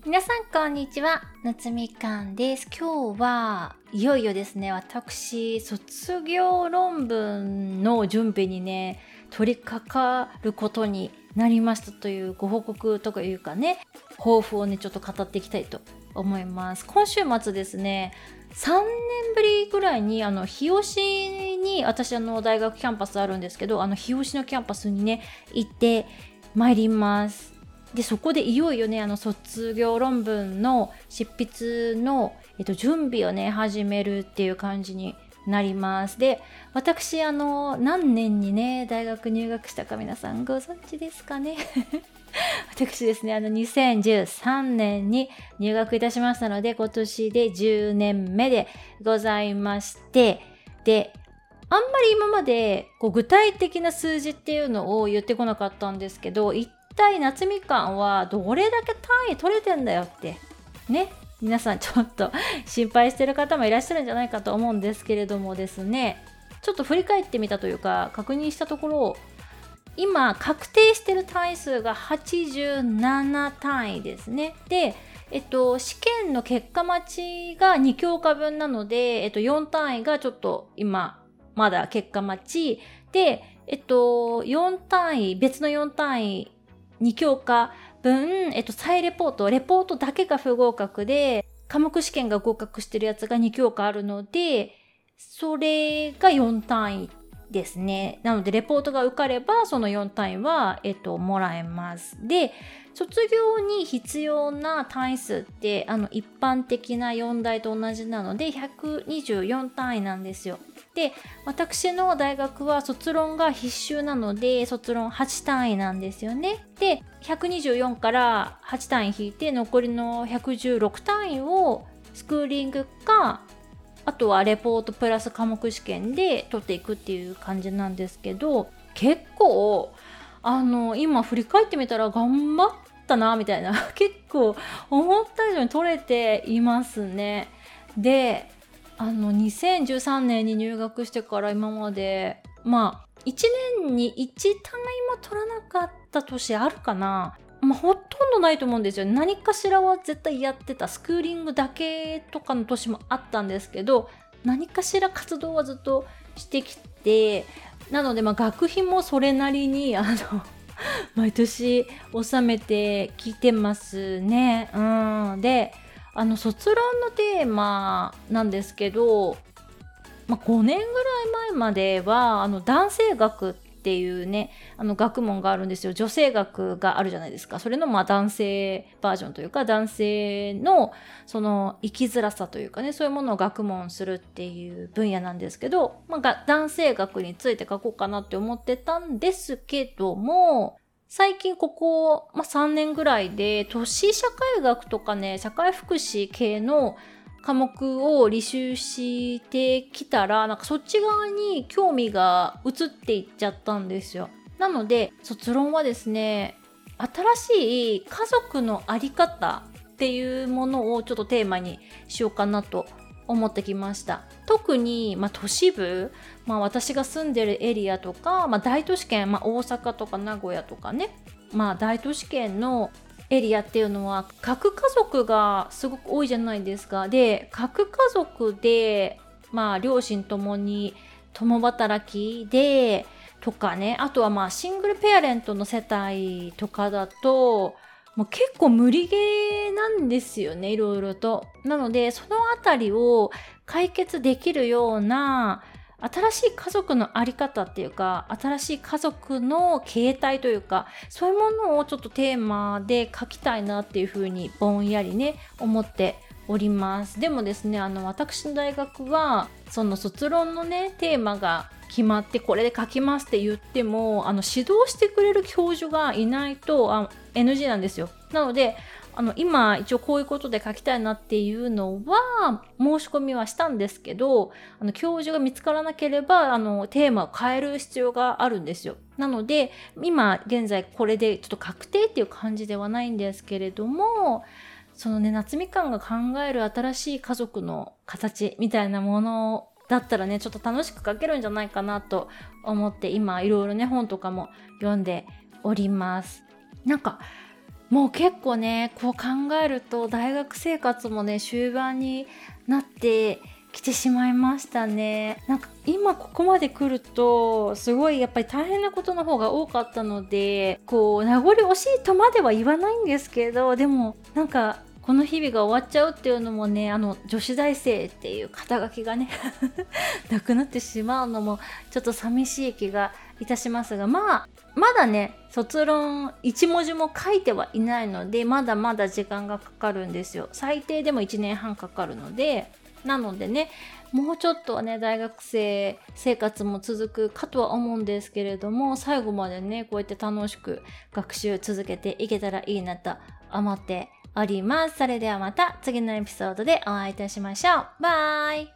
皆さんこんにちは、夏みかんです。今日はいよいよですね、私卒業論文の準備にね取り掛かることになりましたというご報告とかいうかね、抱負をねちょっと語っていきたいと思います。今週末ですね、3年ぶりぐらいに日吉に私大学キャンパスあるんですけど、日吉のキャンパスにね行ってまいります。でそこでいよいよね卒業論文の執筆の、準備をね始めるっていう感じになります。で私何年にね大学入学したか皆さんご存知ですかね私ですね2013年に入学いたしましたので、今年で10年目でございまして、であんまり今まで具体的な数字っていうのを言ってこなかったんですけど、一体夏みかんはどれだけ単位取れてんだよってね、皆さんちょっと心配してる方もいらっしゃるんじゃないかと思うんですけれどもですね、ちょっと振り返ってみたというか確認したところ、今確定してる単位数が87単位ですね。で試験の結果待ちが2教科分なので、4単位がちょっと今まだ結果待ちで、4単位別の4単位2教科分、再レポートだけが不合格で、科目試験が合格してるやつが2教科あるので、それが4単位ですね。なのでレポートが受かればその4単位は、もらえます。で卒業に必要な単位数って一般的な4大と同じなので124単位なんですよ。で私の大学は卒論が必修なので卒論8単位なんですよね。で124から8単位引いて残りの116単位をスクーリングか、あとはレポートプラス科目試験で取っていくっていう感じなんですけど、結構今振り返ってみたら頑張ったなみたいな結構思った以上に取れていますね。で2013年に入学してから今まで1年に1単位も取らなかった年あるかな。ほとんどないと思うんですよ。何かしらは絶対やってた。スクーリングだけとかの年もあったんですけど、何かしら活動はずっとしてきて、なので学費もそれなりに毎年納めてきてますね。で卒論のテーマなんですけど、5年ぐらい前までは男性学っていうね学問があるんですよ。女性学があるじゃないですか。それの男性バージョンというか、男性のその生きづらさというかね、そういうものを学問するっていう分野なんですけど、男性学について書こうかなって思ってたんですけども、最近ここ、3年ぐらいで都市社会学とかね、社会福祉系の科目を履修してきたら、そっち側に興味が移っていっちゃったんですよ。なので卒論はですね、新しい家族のあり方っていうものをちょっとテーマにしようかなと思ってきました。特に、都市部、私が住んでるエリアとか、大都市圏、大阪とか名古屋とかね、大都市圏のエリアっていうのは核家族がすごく多いじゃないですか。で核家族で両親ともに共働きでとかね、あとはシングルペアレントの世帯とかだと結構無理ゲーなんですよね、いろいろと。なのでそのあたりを解決できるような新しい家族のあり方っていうか、新しい家族の形態というか、そういうものをちょっとテーマで書きたいなっていうふうにぼんやりね思っております。でもですね、私の大学はその卒論のねテーマが決まってこれで書きますって言っても指導してくれる教授がいないとNG なんですよ。なので今一応こういうことで書きたいなっていうのは申し込みはしたんですけど、教授が見つからなければテーマを変える必要があるんですよ。なので今現在これでちょっと確定っていう感じではないんですけれども、そのね夏みかんが考える新しい家族の形みたいなものだったらねちょっと楽しく書けるんじゃないかなと思って今いろいろね本とかも読んでおります。 もう結構ね、こう考えると大学生活もね、終盤になってきてしまいましたね。なんか今ここまで来ると、すごいやっぱり大変なことの方が多かったので、こう名残惜しいとまでは言わないんですけど、でもなんかこの日々が終わっちゃうっていうのもね、女子大生っていう肩書きがねなくなってしまうのもちょっと寂しい気がいたしますが、まだね、卒論1文字も書いてはいないので、まだまだ時間がかかるんですよ。最低でも1年半かかるので、なのでね、もうちょっとはね、大学生生活も続くかとは思うんですけれども、最後までね、こうやって楽しく学習続けていけたらいいなと思っております。それではまた次のエピソードでお会いいたしましょう。バイ